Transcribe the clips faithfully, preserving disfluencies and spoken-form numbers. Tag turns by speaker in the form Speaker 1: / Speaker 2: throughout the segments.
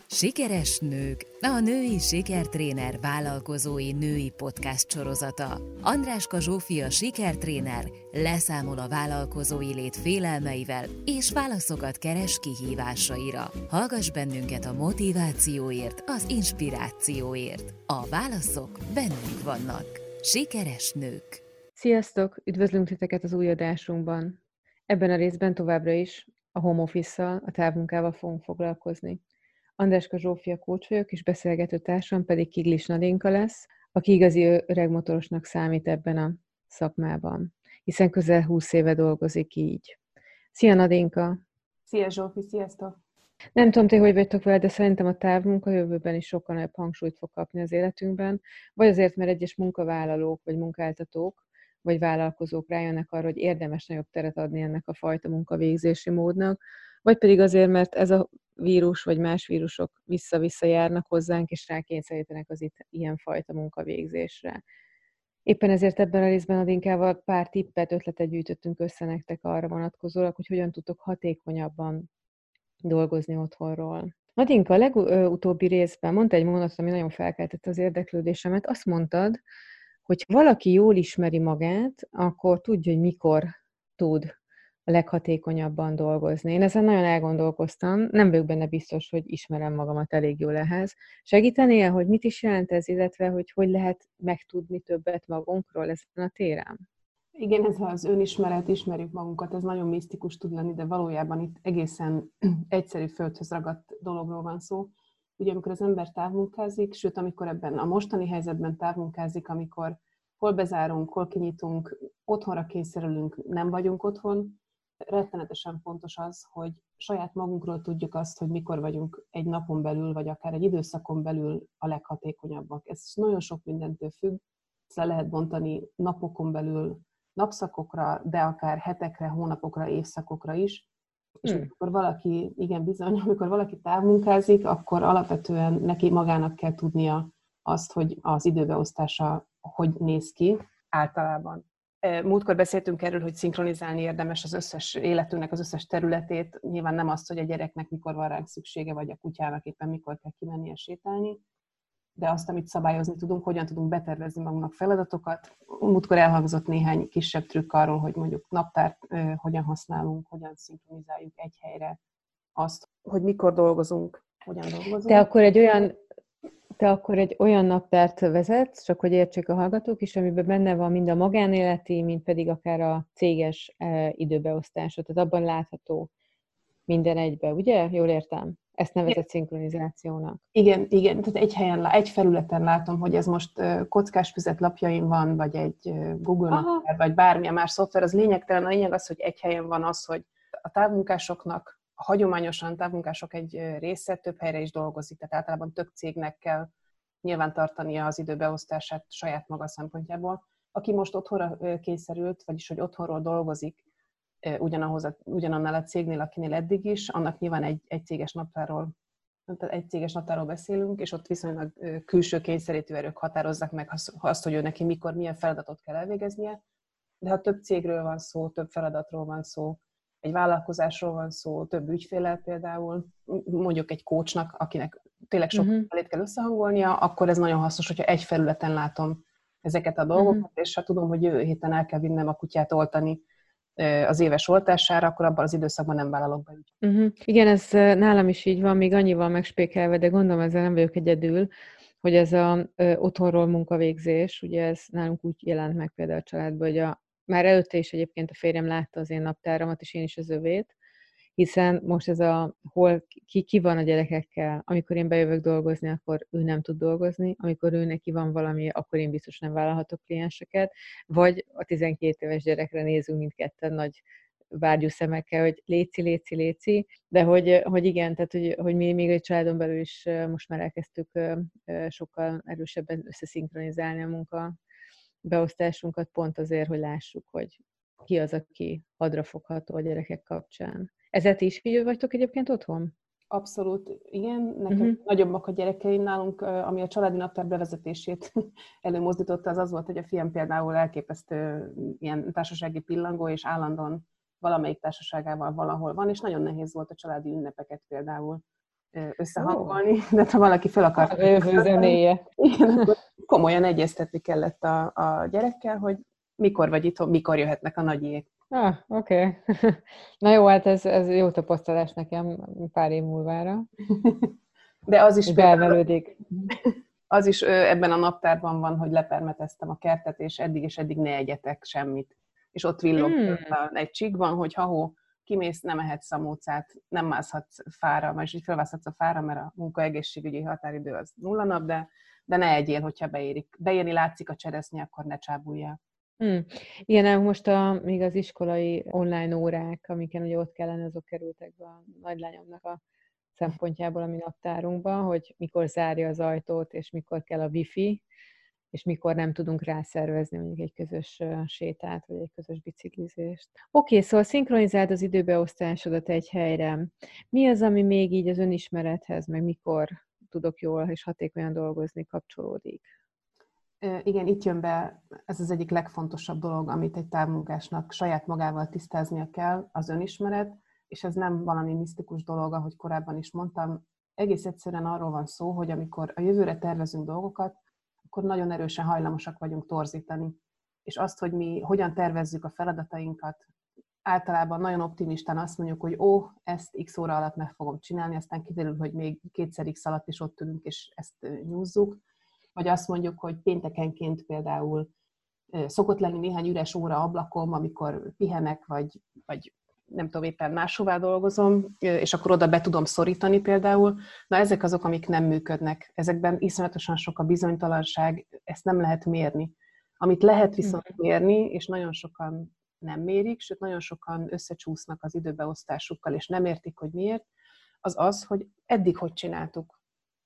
Speaker 1: Sikeres nők, a Női Sikertréner vállalkozói női podcast sorozata. Andráska Zsófia sikertréner leszámol a vállalkozói lét félelmeivel és válaszokat keres kihívásaira. Hallgass bennünket a motivációért, az inspirációért. A válaszok bennünk vannak. Sikeres nők.
Speaker 2: Sziasztok! Üdvözlünk titeket az új adásunkban. Ebben a részben továbbra is a home office-szal, a távmunkával fogunk foglalkozni. Andráska Zsófia coach vagyok, és beszélgető társam pedig Kiglis Nadinka lesz, aki igazi öregmotorosnak számít ebben a szakmában, hiszen közel húsz éve dolgozik így. Szia Nadinka!
Speaker 3: Szia Zsófi, sziasztok!
Speaker 2: Nem tudom, ti hogy vagytok vele, de szerintem a távmunka jövőben is sokkal nagyobb hangsúlyt fog kapni az életünkben, vagy azért, mert egyes munkavállalók, vagy munkáltatók, vagy vállalkozók rájönnek arra, hogy érdemes nagyobb teret adni ennek a fajta munkavégzési módnak, vagy pedig azért, mert ez a vírus, vagy más vírusok vissza-vissza járnak hozzánk, és rákényszerítenek az itt ilyenfajta munkavégzésre. Éppen ezért ebben a részben Adinkával pár tippet, ötletet gyűjtöttünk össze nektek arra vonatkozólag, hogy hogyan tudtok hatékonyabban dolgozni otthonról. Nadinka, a legutóbbi részben mondta egy mondatot, ami nagyon felkeltette az érdeklődésemet. Azt mondtad, hogy valaki jól ismeri magát, akkor tudja, hogy mikor tud a leghatékonyabban dolgozni. Én ezen nagyon elgondolkoztam, nem vagyok benne biztos, hogy ismerem magamat elég jól ehhez. Segítenél, hogy mit is jelent ez, illetve hogy hogy lehet megtudni többet magunkról ezen a téren?
Speaker 3: Igen, ez az önismeret, ismerjük magunkat, ez nagyon misztikus tud lenni, de valójában itt egészen egyszerű földhöz ragadt dologról van szó. Ugye amikor az ember távmunkázik, sőt amikor ebben a mostani helyzetben távmunkázik, amikor hol bezárunk, hol kinyitunk, otthonra kényszerülünk, nem vagyunk otthon, rettenetesen fontos az, hogy saját magunkról tudjuk azt, hogy mikor vagyunk egy napon belül, vagy akár egy időszakon belül a leghatékonyabbak. Ez nagyon sok mindentől függ, ezt le lehet bontani napokon belül, napszakokra, de akár hetekre, hónapokra, évszakokra is. És hmm. amikor valaki, igen bizony, amikor valaki távmunkázik, akkor alapvetően neki magának kell tudnia azt, hogy az időbeosztása hogy néz ki általában. Múltkor beszéltünk erről, hogy szinkronizálni érdemes az összes életünknek, az összes területét. Nyilván nem azt, hogy a gyereknek mikor van ránk szüksége, vagy a kutyának éppen mikor kell kimennie sétálni, de azt, amit szabályozni tudunk, hogyan tudunk betervezni magunknak feladatokat. Múltkor elhangzott néhány kisebb trükk arról, hogy mondjuk naptárt uh, hogyan használunk, hogyan szinkronizáljuk egy helyre azt, hogy mikor dolgozunk, hogyan dolgozunk.
Speaker 2: Te akkor egy olyan, te akkor egy olyan naptárt vezetsz, csak hogy értsék a hallgatók is, amiben benne van mind a magánéleti, mind pedig akár a céges uh, időbeosztása. Tehát abban látható minden egybe, ugye? Jól értem? Ezt nevezett szinkronizációnak.
Speaker 3: Igen, igen, tehát egy helyen, egy felületen látom, hogy ez most kockás füzet lapjain van, vagy egy Google naptár, vagy bármilyen más szoftver, az lényegtelen. A lényeg az, hogy egy helyen van az, hogy a távmunkásoknak, a hagyományosan távmunkások egy része több helyre is dolgozik, tehát általában több cégnek kell nyilván tartania az időbeosztását saját maga szempontjából. Aki most otthonra kényszerült, vagyis hogy otthonról dolgozik, ugyanahoz a, ugyanannál a cégnél, akinél eddig is, annak nyilván egy, egy céges naptárról, egy céges naptárról beszélünk, és ott viszonylag külső kényszerítő erők határozzák meg azt, hogy ő neki mikor, milyen feladatot kell elvégeznie. De ha több cégről van szó, több feladatról van szó, egy vállalkozásról van szó, több ügyféllel például, mondjuk egy coachnak, akinek tényleg sok uh-huh. felét kell összehangolnia, akkor ez nagyon hasznos, hogyha egy felületen látom ezeket a dolgokat, uh-huh. és ha tudom, hogy jövő héten el kell vinnem a kutyát oltani az éves oltására, akkor abban az időszakban nem vállalok be ügyet.
Speaker 2: Uh-huh. Igen, ez nálam is így van, még annyival megspékelve, de gondolom ezzel nem vagyok egyedül, hogy ez az otthonról munkavégzés, ugye ez nálunk úgy jelent meg például a családban, hogy a, már előtte is egyébként a férjem látta az én naptáramat, és én is az övét, hiszen most ez a, hol ki, ki van a gyerekekkel, amikor én bejövök dolgozni, akkor ő nem tud dolgozni, amikor ő neki van valami, akkor én biztos nem vállalhatok klienseket, vagy a tizenkét éves gyerekre nézünk mindketten nagy vágyú szemekkel, hogy léci, léci, léci, de hogy, hogy igen, tehát hogy, hogy mi még egy családon belül is most már elkezdtük sokkal erősebben összeszinkronizálni a munka beosztásunkat, pont azért, hogy lássuk, hogy ki az, aki hadrafogható a gyerekek kapcsán. Ezzel ti is így vagytok egyébként otthon?
Speaker 3: Abszolút, igen. Nekem uh-huh. nagyobbak a gyerekeim nálunk, ami a családi naptár bevezetését előmozdította, az az volt, hogy a fiam például elképesztő ilyen társasági pillangó, és állandóan valamelyik társaságával valahol van, és nagyon nehéz volt a családi ünnepeket például összehangolni, de ha valaki fel akart...
Speaker 2: Jövő zenéje.
Speaker 3: Igen, akkor komolyan egyeztetni kellett a, a gyerekkel, hogy mikor vagy itthon, mikor jöhetnek a nagyiek.
Speaker 2: Ah, oké. Okay. Na jó, hát ez, ez jó tapasztalás nekem pár év múlvára.
Speaker 3: De az is
Speaker 2: belvelődik.
Speaker 3: Az is ebben a naptárban van, hogy lepermeteztem a kertet, és eddig és eddig ne egyetek semmit. És ott villog hmm. egy csíkban, hogy ha-hó, kimész, nem ehetsz szamócát, nem mászhatsz fára, vagyis így felvászhatsz a fára, mert a munkaegészségügyi határidő az nulla nap, de, de ne egyél, hogyha beérik. Beérni látszik a cseresznye, akkor ne csábuljál.
Speaker 2: Hmm. Igen, most a, még az iskolai online órák, amiken ugye ott kellene, azok kerültek be a nagylányomnak a szempontjából a mi naptárunkban, hogy mikor zárja az ajtót, és mikor kell a wifi, és mikor nem tudunk rászervezni mondjuk egy közös sétát, vagy egy közös biciklizést. Oké, okay, szóval szinkronizáld az időbeosztásodat egy helyre. Mi az, ami még így az önismerethez, meg mikor tudok jól és hatékonyan dolgozni, kapcsolódik?
Speaker 3: Igen, itt jön be, ez az egyik legfontosabb dolog, amit egy távmunkásnak saját magával tisztáznia kell, az önismeret, és ez nem valami misztikus dolog, ahogy korábban is mondtam. Egész egyszerűen arról van szó, hogy amikor a jövőre tervezünk dolgokat, akkor nagyon erősen hajlamosak vagyunk torzítani. És azt, hogy mi hogyan tervezzük a feladatainkat, általában nagyon optimistán azt mondjuk, hogy ó, ezt x óra alatt meg fogom csinálni, aztán kiderül, hogy még kétszer x alatt is ott ülünk, és ezt nyúzzuk. Vagy azt mondjuk, hogy péntekenként például szokott lenni néhány üres óra ablakom, amikor pihenek, vagy, vagy nem tudom, éppen máshová dolgozom, és akkor oda be tudom szorítani például. Na, ezek azok, amik nem működnek. Ezekben iszonyatosan sok a bizonytalanság, ezt nem lehet mérni. Amit lehet viszont mérni, és nagyon sokan nem mérik, sőt, nagyon sokan összecsúsznak az időbeosztásukkal, és nem értik, hogy miért, az az, hogy eddig hogy csináltuk.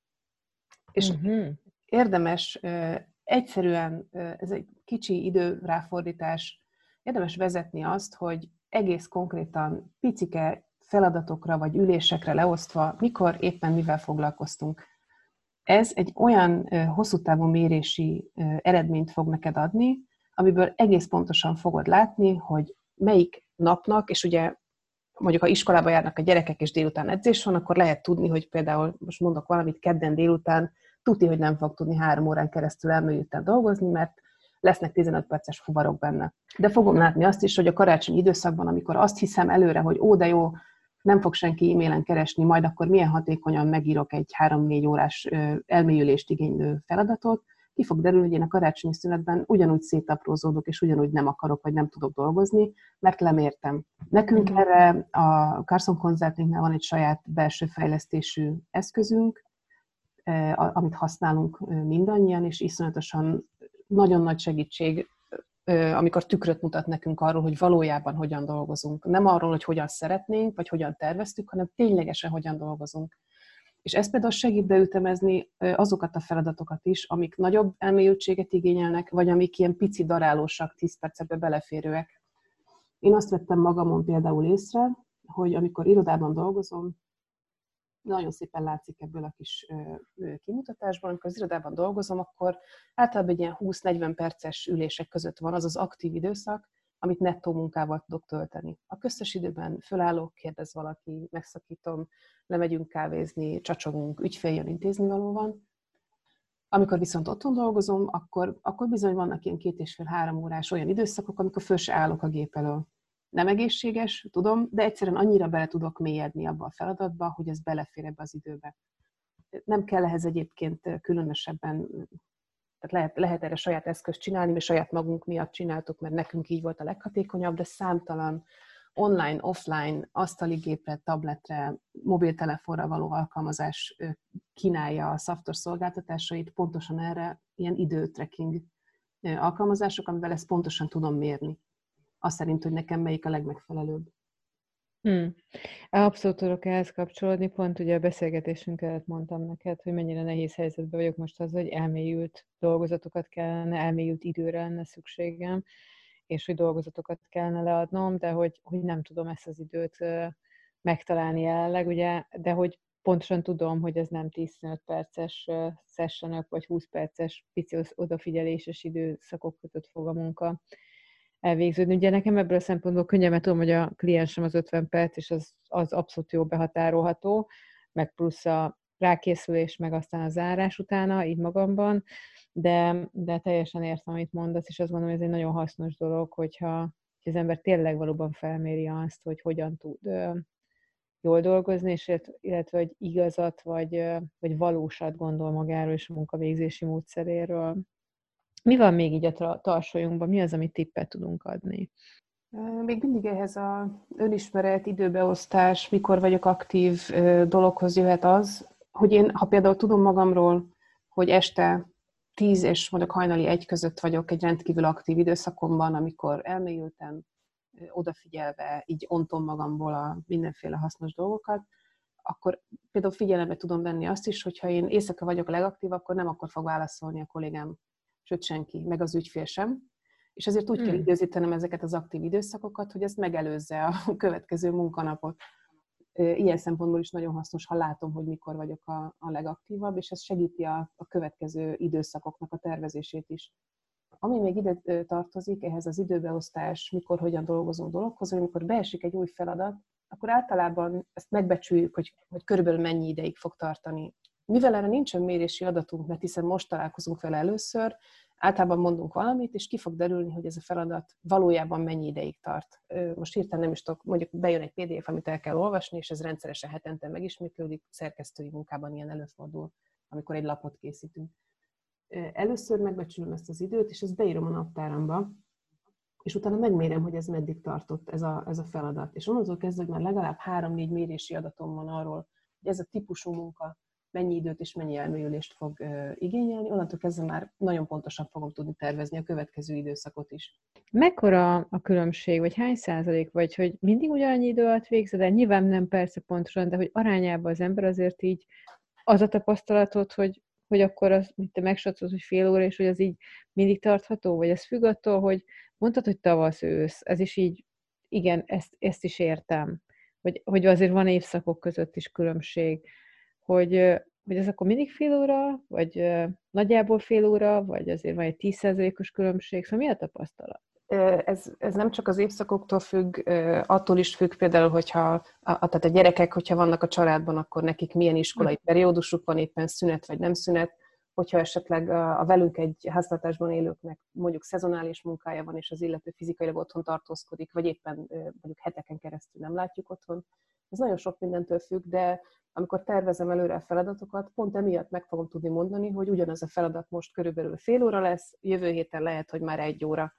Speaker 3: És uh-huh. érdemes egyszerűen, ez egy kicsi időráfordítás, érdemes vezetni azt, hogy egész konkrétan picike feladatokra vagy ülésekre leosztva, mikor éppen mivel foglalkoztunk. Ez egy olyan hosszú távú mérési eredményt fog neked adni, amiből egész pontosan fogod látni, hogy melyik napnak, és ugye mondjuk ha iskolába járnak a gyerekek és délután edzés van, akkor lehet tudni, hogy például most mondok valamit, kedden délután tudni, hogy nem fog tudni három órán keresztül elmélyülten dolgozni, mert lesznek tizenöt perces fuvarok benne. De fogom látni azt is, hogy a karácsonyi időszakban, amikor azt hiszem előre, hogy ó, de jó, nem fog senki e-mailen keresni, majd akkor milyen hatékonyan megírok egy három-négy órás elmélyülést igénylő feladatot, ki fog derülni, hogy én a karácsonyi szünetben ugyanúgy szétaprózódok, és ugyanúgy nem akarok, vagy nem tudok dolgozni, mert lemértem. Nekünk mm. erre a Carson Consultingnál van egy saját belső fejlesztésű eszközünk, amit használunk mindannyian, és iszonyatosan nagyon nagy segítség, amikor tükröt mutat nekünk arról, hogy valójában hogyan dolgozunk. Nem arról, hogy hogyan szeretnénk, vagy hogyan terveztük, hanem ténylegesen hogyan dolgozunk. És ez például segít beütemezni azokat a feladatokat is, amik nagyobb elmélyültséget igényelnek, vagy amik ilyen pici darálósak, tíz percekbe beleférőek. Én azt vettem magamon például észre, hogy amikor irodában dolgozom, nagyon szépen látszik ebből a kis kimutatásban, amikor az irodában dolgozom, akkor általában egy ilyen húsz-negyven perces ülések között van az az aktív időszak, amit nettó munkával tudok tölteni. A köztes időben fölállok, kérdez valaki, megszakítom, lemegyünk kávézni, csacsogunk, ügyfél jön, intéznivaló van. Amikor viszont otthon dolgozom, akkor, akkor bizony vannak ilyen két és fél három órás olyan időszakok, amikor föl se állok a gép elől. Nem egészséges, tudom, de egyszerűen annyira bele tudok mélyedni abba a feladatba, hogy ez belefér ebbe az időbe. Nem kell ehhez egyébként különösebben, tehát lehet, lehet erre saját eszközt csinálni, mi saját magunk miatt csináltuk, mert nekünk így volt a leghatékonyabb, de számtalan online, offline, asztali gépre, tabletre, mobiltelefonra való alkalmazás kínálja a Saftos szolgáltatásait, pontosan erre ilyen időtracking alkalmazások, amivel ezt pontosan tudom mérni. Azt szerint, hogy nekem melyik a legmegfelelőbb.
Speaker 2: Hmm. Abszolút tudok ehhez kapcsolódni, pont ugye a beszélgetésünk előtt mondtam neked, hogy mennyire nehéz helyzetben vagyok most az, hogy elmélyült dolgozatokat kellene, elmélyült időre lenne szükségem, és hogy dolgozatokat kellene leadnom, de hogy, hogy nem tudom ezt az időt megtalálni jelenleg, ugye, de hogy pontosan tudom, hogy ez nem tizenöt perces sessionök, vagy húsz perces pici odafigyeléses időszakok között fog a munka elvégződni. Ugye nekem ebből a szempontból könnyebb, mert tudom, hogy a kliensem az ötven perc, és az, az abszolút jó behatárolható, meg plusz a rákészülés, meg aztán a zárás utána, így magamban, de, de teljesen értem, amit mondasz, és azt gondolom, hogy ez egy nagyon hasznos dolog, hogyha az ember tényleg valóban felméri azt, hogy hogyan tud ö, jól dolgozni, és illetve, hogy igazat, vagy, ö, vagy valósat gondol magáról és a munkavégzési módszeréről. Mi van még így a tarsolyunkban? Mi az, amit tippet tudunk adni?
Speaker 3: Még mindig ehhez az önismeret, időbeosztás, mikor vagyok aktív dologhoz jöhet az, hogy én, ha például tudom magamról, hogy este tíz és mondjuk hajnali egy között vagyok egy rendkívül aktív időszakomban, amikor elmélyültem, odafigyelve, így ontom magamból a mindenféle hasznos dolgokat, akkor például figyelembe tudom venni azt is, hogyha én éjszaka vagyok a legaktív, akkor nem akkor fog válaszolni a kollégám, sőt senki, meg az ügyfél sem. És ezért úgy hmm. kell időzítenem ezeket az aktív időszakokat, hogy ezt megelőzze a következő munkanapot. Ilyen szempontból is nagyon hasznos, ha látom, hogy mikor vagyok a, a legaktívabb, és ez segíti a, a következő időszakoknak a tervezését is. Ami még ide tartozik, ehhez az időbeosztás, mikor, hogyan dolgozunk dologhoz, hogy amikor beesik egy új feladat, akkor általában ezt megbecsüljük, hogy, hogy körülbelül mennyi ideig fog tartani. Mivel erre nincsen mérési adatunk, mert hiszen most találkozunk vele először, általában mondunk valamit, és ki fog derülni, hogy ez a feladat valójában mennyi ideig tart. Most hirtelen nem is tudok, mondjuk bejön egy pé dé ef, amit el kell olvasni, és ez rendszeresen hetente megismétlődik, szerkesztői munkában ilyen előfordul, amikor egy lapot készítünk. Először megbecsülöm ezt az időt, és ezt beírom a naptáramba, és utána megmérem, hogy ez meddig tartott ez a, ez a feladat. És onnantól kezdve, hogy már legalább három-négy mérési adatom van arról, hogy ez a típusú munka mennyi időt és mennyi elmélyülést fog uh, igényelni, onnantól kezdve már nagyon pontosan fogom tudni tervezni a következő időszakot is.
Speaker 2: Mekkora a különbség, vagy hány százalék, vagy hogy mindig ugyanannyi idő alatt végzed, de nyilván nem persze pontosan, de hogy arányában az ember azért így az a tapasztalatot, hogy, hogy akkor az, mint te megsatszolod, hogy fél óra, és hogy az így mindig tartható, vagy ez függ attól, hogy mondtad, hogy tavasz, ősz, ez is így, igen, ezt, ezt is értem, hogy, hogy azért van évszakok között is különbség, hogy, hogy ez akkor mindig fél óra, vagy uh, nagyjából fél óra, vagy azért van egy tíz százalékos különbség, szóval mi a tapasztalat?
Speaker 3: Ez, ez nem csak az évszakoktól függ, attól is függ például, hogyha a, a, tehát a gyerekek, hogyha vannak a családban, akkor nekik milyen iskolai periódusuk van, éppen szünet vagy nem szünet, hogyha esetleg a, a velünk egy háztartásban élőknek mondjuk szezonális munkája van, és az illető fizikailag otthon tartózkodik, vagy éppen mondjuk heteken keresztül nem látjuk otthon. Ez nagyon sok mindentől függ, de amikor tervezem előre a feladatokat, pont emiatt meg fogom tudni mondani, hogy ugyanaz a feladat most körülbelül fél óra lesz, jövő héten lehet, hogy már egy óra.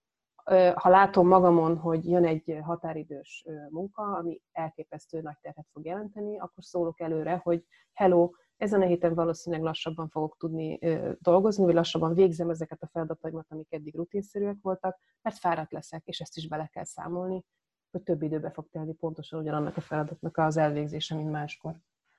Speaker 3: Ha látom magamon, hogy jön egy határidős munka, ami elképesztő nagy terhet fog jelenteni, akkor szólok előre, hogy hello, ezen a héten valószínűleg lassabban fogok tudni dolgozni, vagy lassabban végzem ezeket a feladataimat, amik eddig rutinszerűek voltak, mert fáradt leszek, és ezt is bele kell számolni, hogy több időbe fog telni pontosan ugyanannak a feladatnak az elvégzése, mint máskor.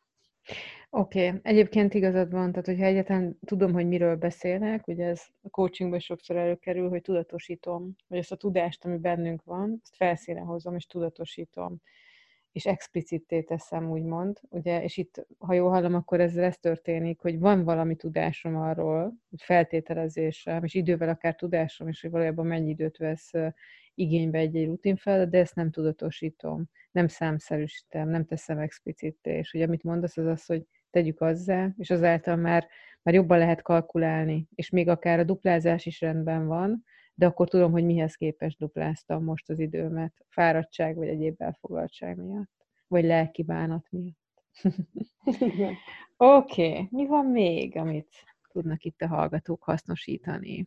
Speaker 2: Oké, okay. Egyébként igazad van, tehát hogyha egyáltalán tudom, hogy miről beszélnek, ugye ez a coachingban sokszor előkerül, hogy tudatosítom, vagy ezt a tudást, ami bennünk van, ezt felszínre hozom, és tudatosítom, és explicitté teszem, úgymond, ugye, és itt, ha jól hallom, akkor ezzel ez történik, hogy van valami tudásom arról, feltételezésem, és idővel akár tudásom is, hogy valójában mennyi időt vesz igénybe egy-egy rutinfeladat, de ezt nem tudatosítom, nem számszerűsítem, nem teszem explicitté, és ugye amit mondasz, az az, hogy tegyük azzá, és azáltal már, már jobban lehet kalkulálni, és még akár a duplázás is rendben van, de akkor tudom, hogy mihez képest dupláztam most az időmet, fáradtság vagy egyéb elfoglaltság miatt, vagy lelki bánat miatt. Oké, okay. Mi van még, amit tudnak itt a hallgatók hasznosítani?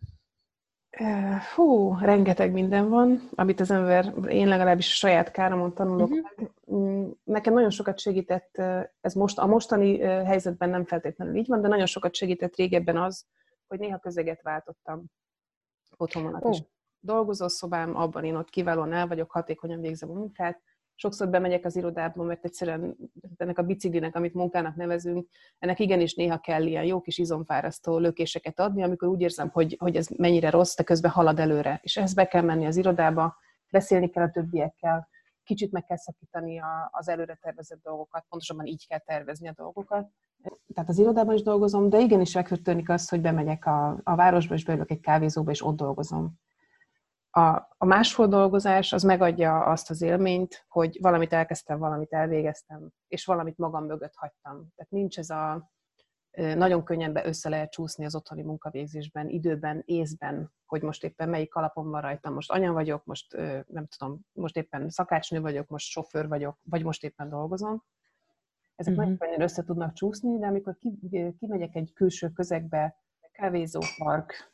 Speaker 3: Hú, rengeteg minden van, amit az ember, én legalábbis a saját káromon tanulok
Speaker 2: uh-huh.
Speaker 3: meg. Nekem nagyon sokat segített, ez most a mostani helyzetben nem feltétlenül így van, de nagyon sokat segített régebben az, hogy néha közeget váltottam. Otthon van a kis oh. dolgozószobám, abban én ott kiválóan el vagyok, hatékonyan végzem a munkát. Sokszor bemegyek az irodába, mert egyszerűen ennek a biciklinek, amit munkának nevezünk, ennek igenis néha kell ilyen jó kis izomfárasztó lökéseket adni, amikor úgy érzem, hogy, hogy ez mennyire rossz, de közben halad előre. És ehhez be kell menni az irodába, beszélni kell a többiekkel, kicsit meg kell szakítani a, az előre tervezett dolgokat, pontosabban így kell tervezni a dolgokat. Tehát az irodában is dolgozom, de igenis megtörténik az, hogy bemegyek a, a városba, és beülök egy kávézóba, és ott dolgozom. A, a máshol dolgozás az megadja azt az élményt, hogy valamit elkezdtem, valamit elvégeztem, és valamit magam mögött hagytam. Tehát nincs ez a nagyon könnyen be össze lehet csúszni az otthoni munkavégzésben, időben, észben, hogy most éppen melyik kalapom van rajtam, most anya vagyok, most nem tudom, most éppen szakácsnő vagyok, most sofőr vagyok, vagy most éppen dolgozom. Ezek uh-huh. nagyon könnyen össze tudnak csúszni, de amikor kimegyek egy külső közegbe, kávézó, park,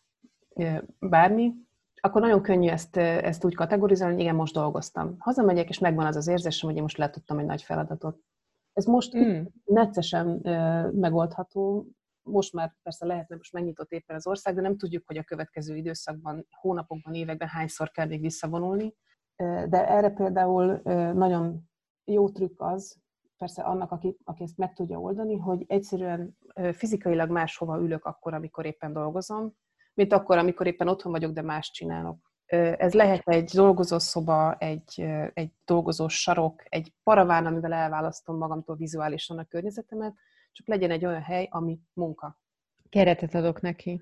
Speaker 3: bármi, akkor nagyon könnyű ezt, ezt úgy kategorizálni, hogy igen, most dolgoztam. Hazamegyek, és megvan az az érzésem, hogy én most letudtam egy nagy feladatot. Ez most mm. neccesen uh, megoldható, most már persze lehetne, most megnyitott éppen az ország, de nem tudjuk, hogy a következő időszakban, hónapokban, években hányszor kell még visszavonulni. Uh, de erre például uh, nagyon jó trükk az, persze annak, aki, aki ezt meg tudja oldani, hogy egyszerűen uh, fizikailag máshova ülök akkor, amikor éppen dolgozom, mint akkor, amikor éppen otthon vagyok, de mást csinálok. Ez lehet egy dolgozószoba, egy, egy dolgozós sarok, egy paraván, amivel elválasztom magamtól vizuálisan a környezetemet, csak legyen egy olyan hely, ami munka.
Speaker 2: Keretet adok neki.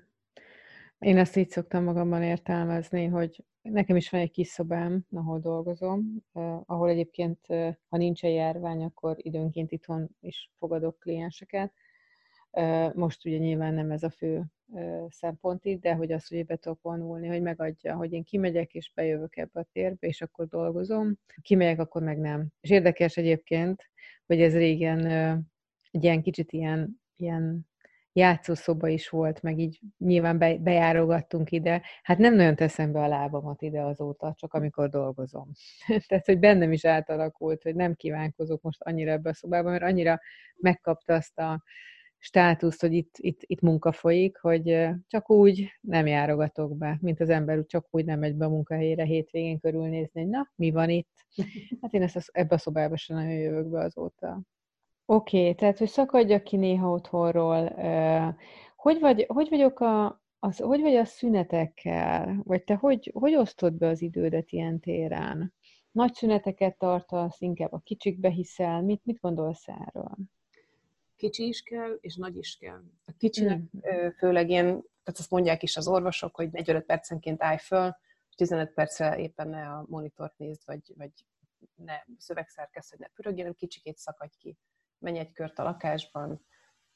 Speaker 2: Én ezt így szoktam magamban értelmezni, hogy nekem is van egy kis szobám, ahol dolgozom, eh, ahol egyébként, eh, ha nincsen járvány, akkor időnként itthon is fogadok klienseket. Eh, most ugye nyilván nem ez a fő szempont itt, de hogy az, hogy be tudok vonulni, hogy megadja, hogy én kimegyek és bejövök ebbe a térbe, és akkor dolgozom. Kimegyek, akkor meg nem. És érdekes egyébként, hogy ez régen egy ilyen kicsit ilyen, ilyen játszószoba is volt, meg így nyilván be, bejárogattunk ide. Hát nem nagyon teszem be a lábamat ide azóta, csak amikor dolgozom. Tehát, hogy bennem is átalakult, hogy nem kívánkozok most annyira ebbe a szobába, mert annyira megkapta azt a státuszt, hogy itt, itt, itt munka folyik, hogy csak úgy nem járogatok be, mint az ember úgy csak úgy nem megy be a munkahelyére hétvégén körülnézni, hogy na, mi van itt? Hát én ezt ebbe a szobába sem nagyon jövök be azóta. Oké, okay, tehát, hogy szakadjak ki néha otthonról. Hogy, vagy, hogy vagyok a, az, hogy vagy a szünetekkel? Vagy te hogy, hogy osztod be az idődet ilyen téren? Nagy szüneteket tartasz, inkább a kicsikbe hiszel? Mit, mit gondolsz erről?
Speaker 3: Kicsi is kell, és nagy is kell. A kicsinek mm. főleg ilyen, tehát azt mondják is az orvosok, hogy negyvenöt percenként állj föl, és tizenöt percre éppen ne a monitort nézd, vagy, vagy ne szövegszerkeszd, hogy ne pörögjön, kicsikét szakadj ki. Menj egy kört a lakásban,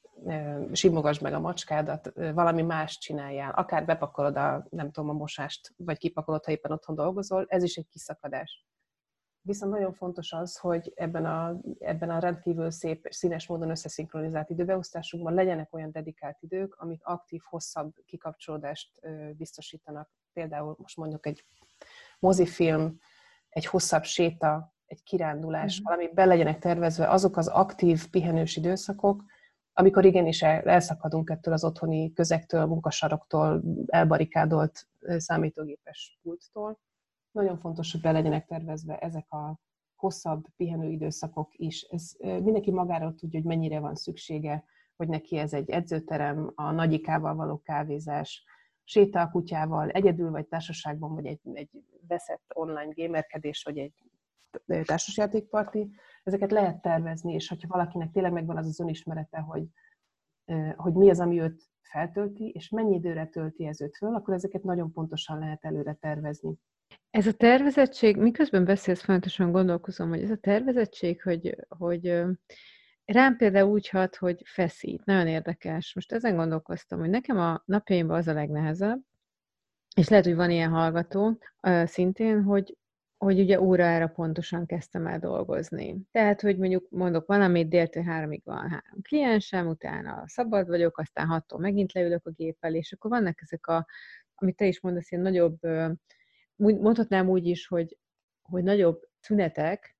Speaker 3: simogasd meg a macskádat, valami más csináljál. Akár bepakolod a, nem tudom, a mosást, vagy kipakolod, ha éppen otthon dolgozol, ez is egy kiszakadás. Viszont nagyon fontos az, hogy ebben a, ebben a rendkívül szép, színes módon összeszinkronizált időbeosztásunkban legyenek olyan dedikált idők, amik aktív, hosszabb kikapcsolódást biztosítanak. Például most mondjuk egy mozifilm, egy hosszabb séta, egy kirándulás, mm-hmm. valami be legyenek tervezve azok az aktív, pihenős időszakok, amikor igenis elszakadunk ettől az otthoni közegtől, munkasaroktól, elbarikádolt számítógépes pulttól. Nagyon fontos, hogy be legyenek tervezve ezek a hosszabb pihenő időszakok is. Ez mindenki magáról tudja, hogy mennyire van szüksége, hogy neki ez egy edzőterem, a nagyikával való kávézás, séta a kutyával, egyedül vagy társaságban, vagy egy, egy veszett online gamerkedés, vagy egy társasjátékparti. Ezeket lehet tervezni, és hogyha valakinek tényleg megvan az az önismerete, hogy, hogy mi az, ami őt feltölti, és mennyi időre tölti ez őt föl, akkor ezeket nagyon pontosan lehet előre tervezni.
Speaker 2: Ez a tervezettség, miközben beszélsz, fontosan gondolkozom, hogy ez a tervezettség, hogy, hogy rám például úgy hat, hogy feszít. Nagyon érdekes. Most ezen gondolkoztam, hogy nekem a napjaimban az a legnehezebb, és lehet, hogy van ilyen hallgató szintén, hogy, hogy ugye órára pontosan kezdtem el dolgozni. Tehát, hogy mondjuk mondok valamit, déltől háromig van három kliensem, utána szabad vagyok, aztán hattól megint leülök a gép elé, és akkor vannak ezek a, amit te is mondasz, ilyen nagyobb, mondhatnám úgy is, hogy, hogy nagyobb szünetek,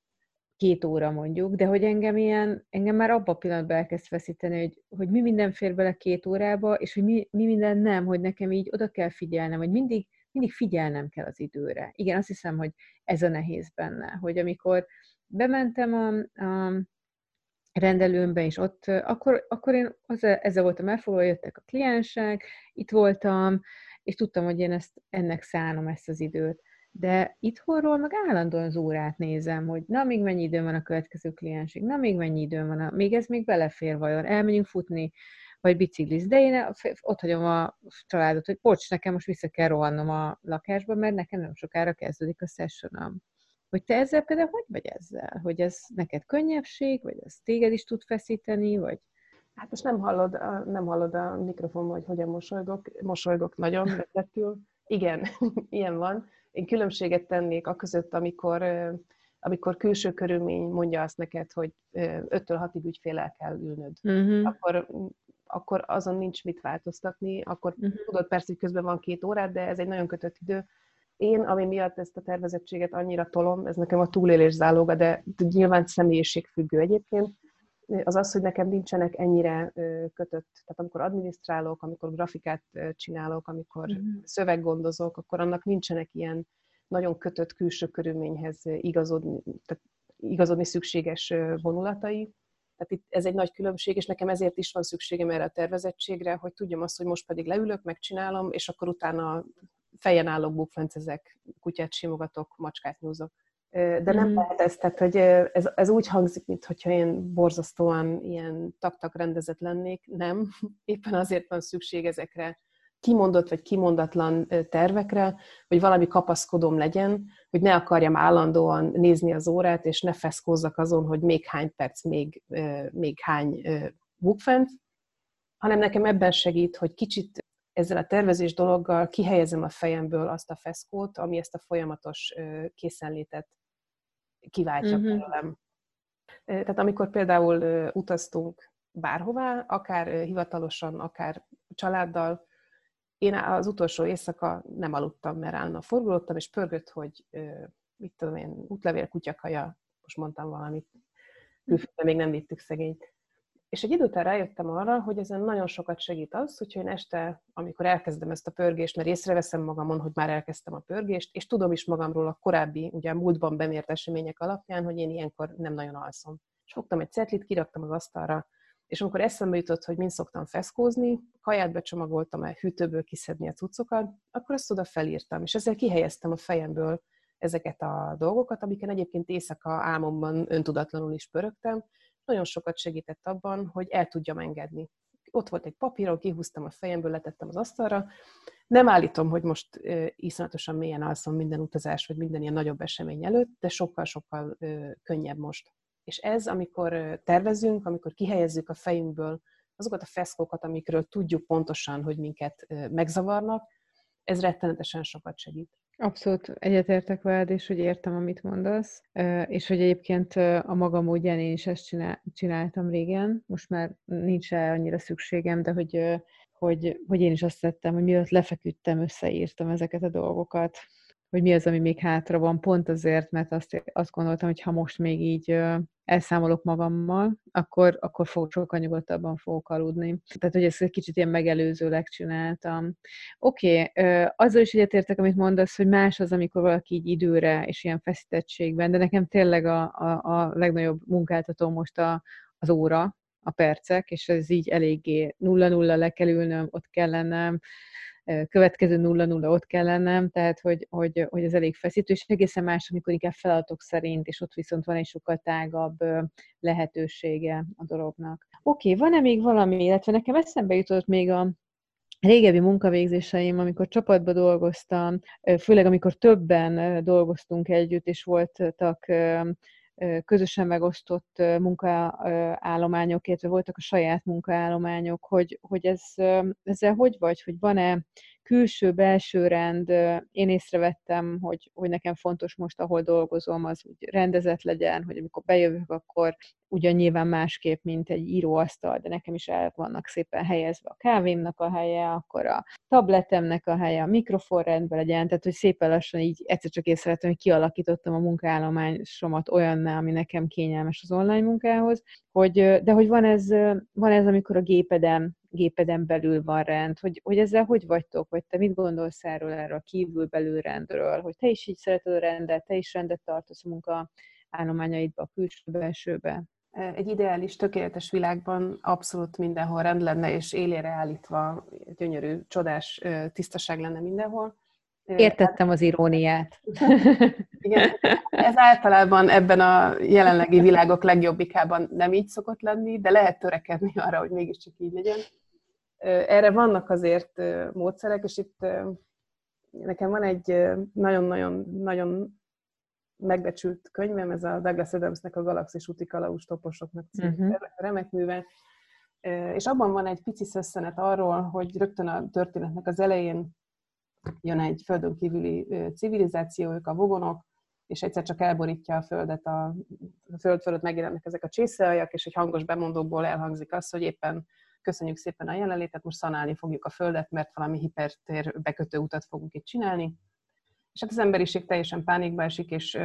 Speaker 2: két óra mondjuk, de hogy engem ilyen, engem már abban a pillanatban elkezd feszíteni, hogy, hogy mi minden fér bele két órába, és hogy mi, mi minden nem, hogy nekem így oda kell figyelnem, hogy mindig, mindig figyelnem kell az időre. Igen, azt hiszem, hogy ez a nehéz benne, hogy amikor bementem a, a rendelőmbe, és ott, akkor, akkor én az, ezzel voltam elfoglalva, jöttek a kliensek, itt voltam, és tudtam, hogy én ezt, ennek szánom ezt az időt. De itthonról meg állandóan az órát nézem, hogy na, még mennyi időm van a következő kliensig, na, még mennyi időm van, a, még ez még belefér vajon, elmegyünk futni, vagy bicikliz. De én ott hagyom a családot, hogy bocs, nekem most vissza kell rohannom a lakásba, mert nekem nem sokára kezdődik a sessionom. Hogy te ezzel például hogy vagy ezzel? Hogy ez neked könnyebbség, vagy ez téged is tud feszíteni, vagy...
Speaker 3: Hát most nem hallod, nem hallod a mikrofonban, hogy hogyan mosolygok. Mosolygok nagyon, vezetül. Igen, ilyen van. Én különbséget tennék a között, amikor, amikor külső körülmény mondja azt neked, hogy öttől hatig ügyféllel kell ülnöd. Uh-huh. Akkor, akkor azon nincs mit változtatni. Akkor uh-huh. tudod persze, hogy közben van két órát, de ez egy nagyon kötött idő. Én, ami miatt ezt a tervezettséget annyira tolom, ez nekem a túlélés záloga, de nyilván személyiségfüggő egyébként, az az, hogy nekem nincsenek ennyire kötött. Tehát amikor adminisztrálok, amikor grafikát csinálok, amikor uh-huh. szöveggondozok, akkor annak nincsenek ilyen nagyon kötött külső körülményhez igazodni, tehát igazodni szükséges vonulatai. Tehát itt ez egy nagy különbség, és nekem ezért is van szükségem erre a tervezettségre, hogy tudjam azt, hogy most pedig leülök, megcsinálom, és akkor utána fejen állok, bukfencezek, kutyát simogatok, macskát nyúzok. De nem mm. lehet ez, tehát hogy ez, ez úgy hangzik, mintha én borzasztóan ilyen tak-tak rendezett lennék. Nem, éppen azért van szükség ezekre kimondott vagy kimondatlan tervekre, hogy valami kapaszkodom legyen, hogy ne akarjam állandóan nézni az órát, és ne feszkózzak azon, hogy még hány perc, még, még hány bukfenc, hanem nekem ebben segít, hogy kicsit ezzel a tervezés dologgal kihelyezem a fejemből azt a feszkót, ami ezt a folyamatos készenlétet kiváltja uh-huh. belőlem. Tehát amikor például utaztunk bárhová, akár hivatalosan, akár családdal, én az utolsó éjszaka nem aludtam, mert állandóan forgolódtam, és pörgött, hogy mit tudom én, útlevél, kutyakaja, most mondtam valamit, külföldre még nem vittük szegényt. És egy idő után rájöttem arra, hogy ezen nagyon sokat segít az, hogyha én este, amikor elkezdem ezt a pörgést, mert észreveszem magamon, hogy már elkezdtem a pörgést, és tudom is magamról a korábbi, ugye múltban bemért események alapján, hogy én ilyenkor nem nagyon alszom. És fogtam egy cetlit, kiraktam az asztalra, és amikor eszembe jutott, hogy mind szoktam feszkózni, kaját becsomagoltam el, hűtőből kiszedni a cuccokat, akkor azt oda felírtam, és ezzel kihelyeztem a fejemből ezeket a dolgokat, amiken egyébként éjszaka álmomban öntudatlanul is pörögtem. Nagyon sokat segített abban, hogy el tudjam engedni. Ott volt egy papíron, kihúztam a fejemből, letettem az asztalra. Nem állítom, hogy most uh, iszonyatosan mélyen alszom minden utazás, vagy minden ilyen nagyobb esemény előtt, de sokkal-sokkal uh, könnyebb most. És ez, amikor uh, tervezünk, amikor kihelyezzük a fejünkből azokat a feszkókat, amikről tudjuk pontosan, hogy minket uh, megzavarnak, ez rettenetesen sokat segít.
Speaker 2: Abszolút egyetértek veled, és hogy értem, amit mondasz, és hogy egyébként a magam módján én is ezt csinál, csináltam régen, most már nincs rá annyira szükségem, de hogy, hogy, hogy én is azt tettem, hogy mielőtt lefeküdtem, összeírtam ezeket a dolgokat, hogy mi az, ami még hátra van, pont azért, mert azt, azt gondoltam, hogy ha most még így elszámolok magammal, akkor, akkor fog, sokkal nyugodtabban fogok aludni. Tehát, hogy ezt egy kicsit ilyen megelőzőleg csináltam. Oké, okay, azzal is egyetértek, amit mondasz, hogy más az, amikor valaki így időre és ilyen feszítettségben, de nekem tényleg a, a, a legnagyobb munkáltató most a, az óra, a percek, és ez így eléggé nulla-nulla le kell ülnöm, ott kell lennem, következő nulla-nulla ott kell lennem, tehát hogy, hogy, hogy ez elég feszítő, és egészen más, amikor inkább feladatok szerint, és ott viszont van egy sokkal tágabb lehetősége a dolognak. Oké, okay, van-e még valami, illetve nekem eszembe jutott még a régebbi munkavégzéseim, amikor csapatban dolgoztam, főleg amikor többen dolgoztunk együtt, és voltak közösen megosztott munkaállományok, illetve voltak a saját munkaállományok, hogy, hogy ez, ezzel hogy vagy, hogy van-e külső-belső rend? Én észrevettem, hogy, hogy nekem fontos most, ahol dolgozom, az úgy rendezett legyen, hogy amikor bejövök, akkor ugyan nyilván másképp, mint egy íróasztal, de nekem is el vannak szépen helyezve a kávémnak a helye, akkor a tabletemnek a helye, a mikrofon rendben legyen, tehát hogy szépen lassan így egyszer csak észrevettem, hogy kialakítottam a munkaállományomat olyanná, ami nekem kényelmes az online munkához, hogy, de hogy van ez, van ez, amikor a gépeden, gépeden belül van rend, hogy, hogy ezzel hogy vagytok, vagy te mit gondolsz erről, erről a kívül-belül rendről, hogy te is így szereted a rendet, te is rendet tartasz a munkaállományaidba, a külső-belsőbe?
Speaker 3: Egy ideális, tökéletes világban abszolút mindenhol rend lenne, és élére állítva gyönyörű, csodás tisztaság lenne mindenhol.
Speaker 2: Értettem az iróniát.
Speaker 3: Igen, ez általában ebben a jelenlegi világok legjobbikában nem így szokott lenni, de lehet törekedni arra, hogy mégiscsak így legyen. Erre vannak azért módszerek, és itt nekem van egy nagyon-nagyon-nagyon megbecsült könyvem, ez a Douglas Adamsnek a Galaxis úti kalauz toposoknak című uh-huh. remek műve, és abban van egy pici szösszenet arról, hogy rögtön a történetnek az elején jön egy földön kívüli civilizáció, ők a vogonok, és egyszer csak elborítja a földet, a, a föld fölött megjelennek ezek a csészealjak, és egy hangos bemondóból elhangzik az, hogy éppen köszönjük szépen a jelenlétet, most szanálni fogjuk a földet, mert valami hipertér bekötő utat fogunk itt csinálni. És hát az emberiség teljesen pánikba esik, és,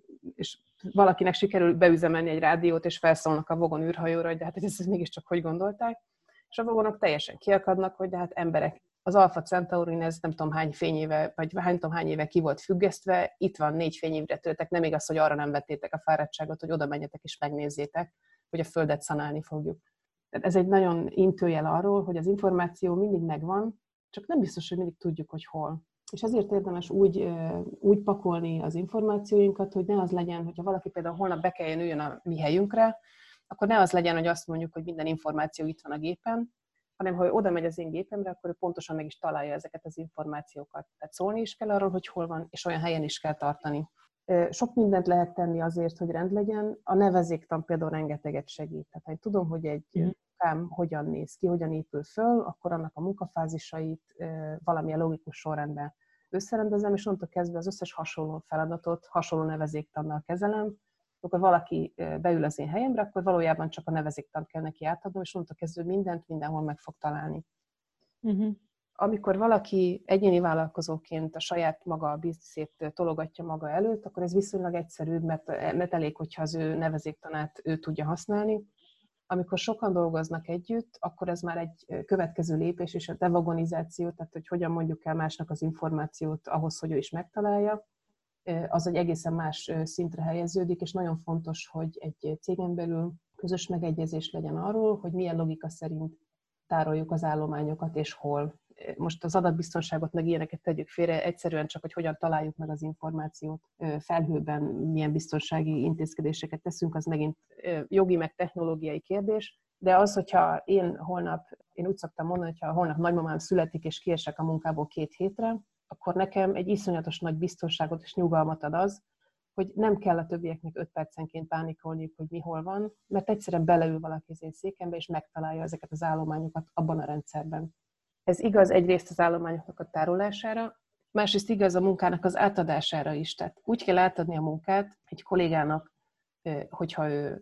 Speaker 3: és valakinek sikerül beüzemelni egy rádiót, és felszólnak a vogon űrhajóra, hogy de hát ezt mégiscsak hogy gondolták. És a vogonok teljesen kiakadnak, hogy de hát emberek, az Alpha Centaurin ez nem tudom hány fényéve, vagy nem tudom hány éve ki volt függesztve, itt van négy fényévre tőletek, nem igaz, hogy arra nem vettétek a fáradtságot, hogy oda menjetek és megnézzétek, hogy a földet szanálni fogjuk. Tehát ez egy nagyon intőjel arról, hogy az információ mindig megvan, csak nem biztos, hogy mindig tudjuk, hogy hol. És ezért érdemes úgy, úgy pakolni az információinkat, hogy ne az legyen, hogyha valaki például holnap be kelljen üljön a mi helyünkre, akkor ne az legyen, hogy azt mondjuk, hogy minden információ itt van a gépen, hanem ha ő oda megy az én gépemre, akkor ő pontosan meg is találja ezeket az információkat. Tehát szólni is kell arról, hogy hol van, és olyan helyen is kell tartani. Sok mindent lehet tenni azért, hogy rend legyen. A nevezéktan például rengeteget segít. Tehát ha én tudom, hogy egy munkám hogyan néz ki, hogyan épül föl, akkor annak a munkafázisait valamilyen logikus sorrendben összerendezem, és onnantól kezdve az összes hasonló feladatot hasonló nevezéktannal kezelem. Akkor valaki beül az én helyemre, akkor valójában csak a nevezéktant kell neki átadnom, és onnantól kezdve mindent mindenhol meg fog találni. Uh-huh. Amikor valaki egyéni vállalkozóként a saját maga a bizniszét tologatja maga előtt, akkor ez viszonylag egyszerűbb, mert, mert elég, hogyha az ő nevezéktanát ő tudja használni. Amikor sokan dolgoznak együtt, akkor ez már egy következő lépés, és a devagonizáció, tehát hogy hogyan mondjuk el másnak az információt ahhoz, hogy ő is megtalálja, az egy egészen más szintre helyeződik, és nagyon fontos, hogy egy cégen belül közös megegyezés legyen arról, hogy milyen logika szerint tároljuk az állományokat, és hol. Most az adatbiztonságot meg ilyeneket tegyük félre, egyszerűen csak, hogy hogyan találjuk meg az információt felhőben, milyen biztonsági intézkedéseket teszünk, az megint jogi meg technológiai kérdés. De az, hogyha én holnap, én úgy szoktam mondani, hogyha holnap nagymamám születik, és kiesek a munkából két hétre, akkor nekem egy iszonyatos nagy biztonságot és nyugalmat ad az, hogy nem kell a többieknek öt percenként pánikolniuk, hogy mi hol van, mert egyszerűen beleül valaki az én székembe, és megtalálja ezeket az állományokat abban a rendszerben. Ez igaz egyrészt az állományoknak a tárolására, másrészt igaz a munkának az átadására is. Tehát úgy kell átadni a munkát egy kollégának, hogyha ő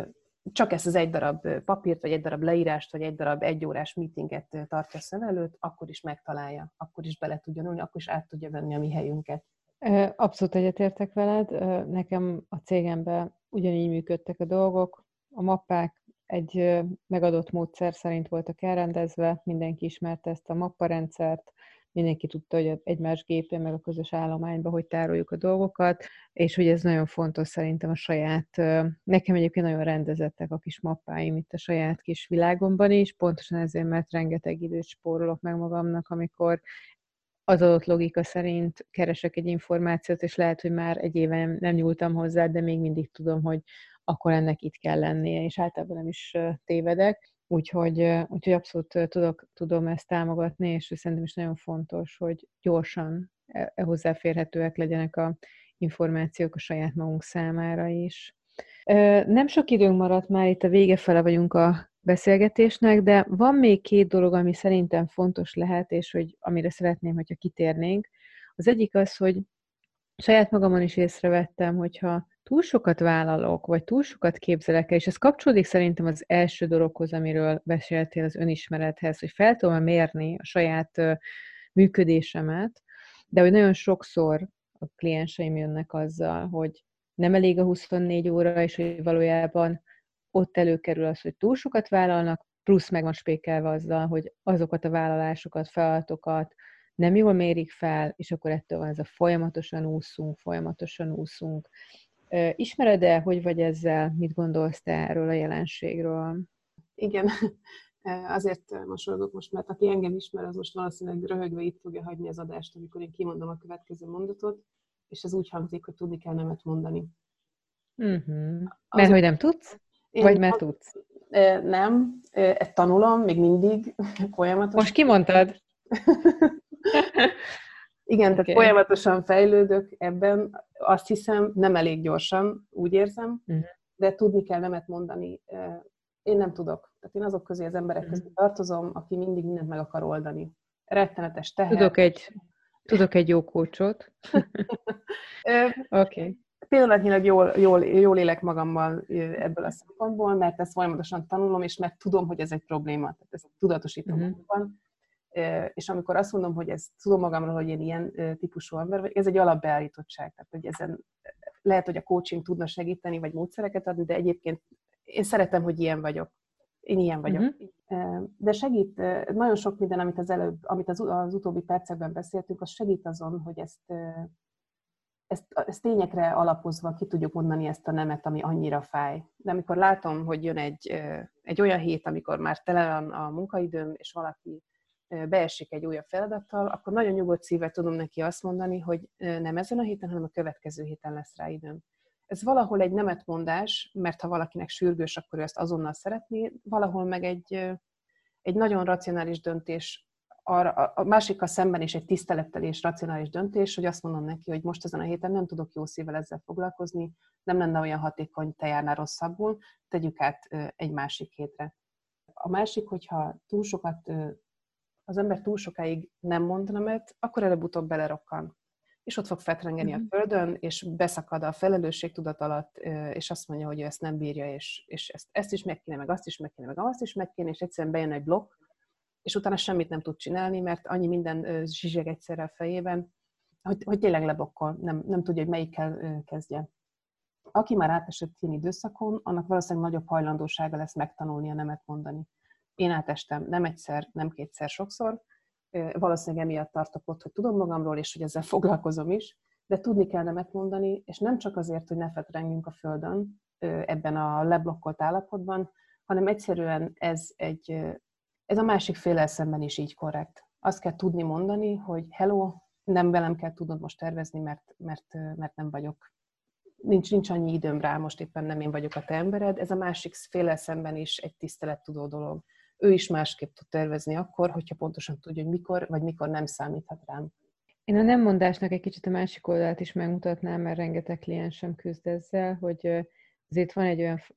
Speaker 3: csak ezt az egy darab papírt, vagy egy darab leírást, vagy egy darab egyórás meetinget tartja szem előtt, akkor is megtalálja, akkor is bele tudja ülni, akkor is át tudja venni a mi helyünket.
Speaker 2: Abszolút egyetértek veled. Nekem a cégemben ugyanígy működtek a dolgok. A mappák egy megadott módszer szerint voltak elrendezve, mindenki ismerte ezt a mapparendszert, mindenki tudta, hogy egymás gépén, meg a közös állományban, hogy tároljuk a dolgokat, és hogy ez nagyon fontos szerintem a saját, nekem egyébként nagyon rendezettek a kis mappáim itt a saját kis világomban is, pontosan ezért, mert rengeteg időt spórolok meg magamnak, amikor az adott logika szerint keresek egy információt, és lehet, hogy már egy éve nem nyúltam hozzá, de még mindig tudom, hogy akkor ennek itt kell lennie, és általában nem is tévedek. Úgyhogy, úgyhogy abszolút tudok, tudom ezt támogatni, és szerintem is nagyon fontos, hogy gyorsan hozzáférhetőek legyenek az információk a saját magunk számára is. Nem sok időnk maradt már, itt a vége fele vagyunk a beszélgetésnek, de van még két dolog, ami szerintem fontos lehet, és hogy amire szeretném, hogyha kitérnénk. Az egyik az, hogy saját magamon is észrevettem, hogyha túl sokat vállalok, vagy túl sokat képzelek el, és ez kapcsolódik szerintem az első dologhoz, amiről beszéltél, az önismerethez, hogy fel tudom mérni a saját működésemet, de hogy nagyon sokszor a klienseim jönnek azzal, hogy nem elég a huszonnégy óra, és hogy valójában ott előkerül az, hogy túl sokat vállalnak, plusz meg van spékelve azzal, hogy azokat a vállalásokat, feladatokat nem jól mérik fel, és akkor ettől van ez a folyamatosan úszunk, folyamatosan úszunk. Ismered-e, hogy vagy ezzel? Mit gondolsz te erről a jelenségről?
Speaker 3: Igen, azért mosolygok most, mert aki engem ismer, az most valószínűleg röhögve itt fogja hagyni az adást, amikor én kimondom a következő mondatot, és ez úgy hangzik, hogy tudni kell nemet mondani.
Speaker 2: Uh-huh. Mert hogy nem tudsz? Vagy mert tudsz?
Speaker 3: Nem, ezt tanulom, még mindig folyamatosan.
Speaker 2: Most kimondtad?
Speaker 3: Igen,
Speaker 2: Okay.
Speaker 3: tehát folyamatosan fejlődök ebben, azt hiszem, nem elég gyorsan, úgy érzem, uh-huh. de tudni kell nemet mondani. Én nem tudok. Tehát én azok közé, az emberek közé uh-huh. tartozom, aki mindig mindent meg akar oldani. Rettenetes teher.
Speaker 2: Tudok egy, tudok egy jó kócsot. Oké. Okay.
Speaker 3: Pillanatnyilag jól, jól, jól élek magammal ebből a szempontból, mert ezt folyamatosan tanulom, és mert tudom, hogy ez egy probléma. Tehát ezt tudatosítom uh-huh. magamban. És amikor azt mondom, hogy ezt tudom magamról, hogy én ilyen típusú ember vagy, ez egy alapbeállítottság. Tehát, hogy ezen lehet, hogy a coaching tudna segíteni, vagy módszereket adni, de egyébként én szeretem, hogy ilyen vagyok. Én ilyen vagyok. Uh-huh. De segít, nagyon sok minden, amit az előbb, amit az, az utóbbi percekben beszéltünk, az segít azon, hogy ezt, ezt, ezt tényekre alapozva ki tudjuk mondani ezt a nemet, ami annyira fáj. De amikor látom, hogy jön egy, egy olyan hét, amikor már tele van a munkaidőm, és valaki beesik egy újabb feladattal, akkor nagyon nyugodt szívvel tudom neki azt mondani, hogy nem ezen a héten, hanem a következő héten lesz rá időm. Ez valahol egy nemetmondás, mert ha valakinek sürgős, akkor ő ezt azonnal szeretné, valahol meg egy, egy nagyon racionális döntés, arra, a másikkal szemben is egy tisztelettel és racionális döntés, hogy azt mondom neki, hogy most ezen a héten nem tudok jó szívvel ezzel foglalkozni, nem lenne olyan hatékony, te járnál rosszabbul, tegyük át egy másik hétre. A másik, hogyha túl sokat az ember túl sokáig nem mond nemet, akkor előbb-utóbb belerokkan. És ott fog fetrengeni mm-hmm. a földön, és beszakad a felelősségtudat alatt, és azt mondja, hogy ő ezt nem bírja, és, és ezt, ezt is meg kéne, meg azt is meg kéne, meg azt is meg kéne, és egyszerűen bejön egy blokk, és utána semmit nem tud csinálni, mert annyi minden zsizseg egyszerre a fejében, hogy, hogy tényleg lebokkol, nem, nem tudja, hogy melyikkel kezdje. Aki már átesett ilyen időszakon, annak valószínűleg nagyobb hajlandósága lesz megtanulni a nemet mondani. Én átestem nem egyszer, nem kétszer, sokszor. Valószínűleg emiatt tartok ott, hogy tudom magamról, és hogy ezzel foglalkozom is, de tudni kell nemet mondani, és nem csak azért, hogy ne fetrengjünk a földön ebben a leblokkolt állapotban, hanem egyszerűen ez, egy, ez a másik féllel szemben is így korrekt. Azt kell tudni mondani, hogy hello, nem velem kell tudnod most tervezni, mert, mert, mert nem vagyok. Nincs, nincs annyi időm rá, most éppen nem én vagyok a te embered. Ez a másik féllel szemben is egy tisztelettudó dolog. Ő is másképp tud tervezni akkor, hogyha pontosan tudja, hogy mikor, vagy mikor nem számíthat rám.
Speaker 2: Én a nem mondásnak egy kicsit a másik oldalt is megmutatnám, mert rengeteg kliensem küzd ezzel, hogy azért van egy olyan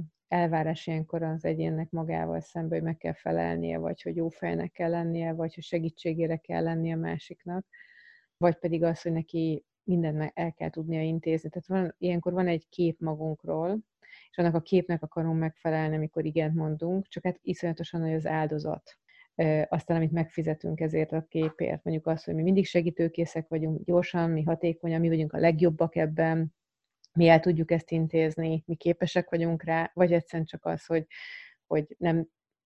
Speaker 2: elvárás ilyenkor az egyénnek magával szemben, hogy meg kell felelnie, vagy hogy jó fejnek kell lennie, vagy hogy segítségére kell lennie a másiknak, vagy pedig az, hogy neki mindent el kell tudnia intézni. Tehát van, ilyenkor van egy kép magunkról, és annak a képnek akarunk megfelelni, amikor igent mondunk, csak hát iszonyatosan nagy az áldozat. Aztán, amit megfizetünk ezért a képért, mondjuk azt, hogy mi mindig segítőkészek vagyunk, gyorsan, mi hatékonyan, mi vagyunk a legjobbak ebben, mi el tudjuk ezt intézni, mi képesek vagyunk rá, vagy egyszerűen csak az, hogy, hogy nem,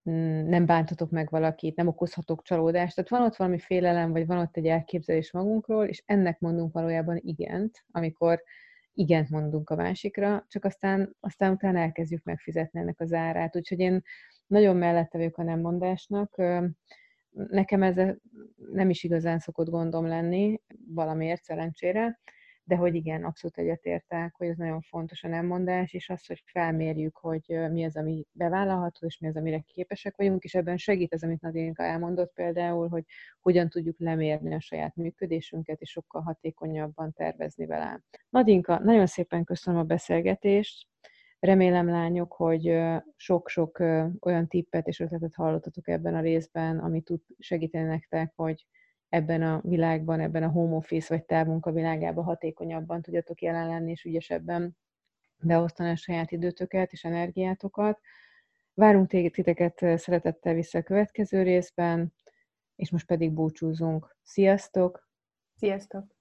Speaker 2: nem bántatok meg valakit, nem okozhatok csalódást. Tehát van ott valami félelem, vagy van ott egy elképzelés magunkról, és ennek mondunk valójában igent, amikor igent mondunk a másikra, csak aztán, aztán utána elkezdjük megfizetni ennek az árát. Úgyhogy én nagyon mellette vagyok a nemmondásnak. Nekem ez nem is igazán szokott gondom lenni, valamiért szerencsére, de hogy igen, abszolút egyetértek, hogy ez nagyon fontos a nemmondás, és az, hogy felmérjük, hogy mi az, ami bevállalható, és mi az, amire képesek vagyunk, és ebben segít az, amit Nadinka elmondott például, hogy hogyan tudjuk lemérni a saját működésünket, és sokkal hatékonyabban tervezni vele. Nadinka, nagyon szépen köszönöm a beszélgetést. Remélem, lányok, hogy sok-sok olyan tippet és ötletet hallottatok ebben a részben, ami tud segíteni nektek, hogy ebben a világban, ebben a home office vagy távmunka világában hatékonyabban tudjatok jelen lenni, és ügyesebben beosztani a saját időtöket és energiátokat. Várunk titeket szeretettel vissza a következő részben, és most pedig búcsúzunk. Sziasztok!
Speaker 3: Sziasztok!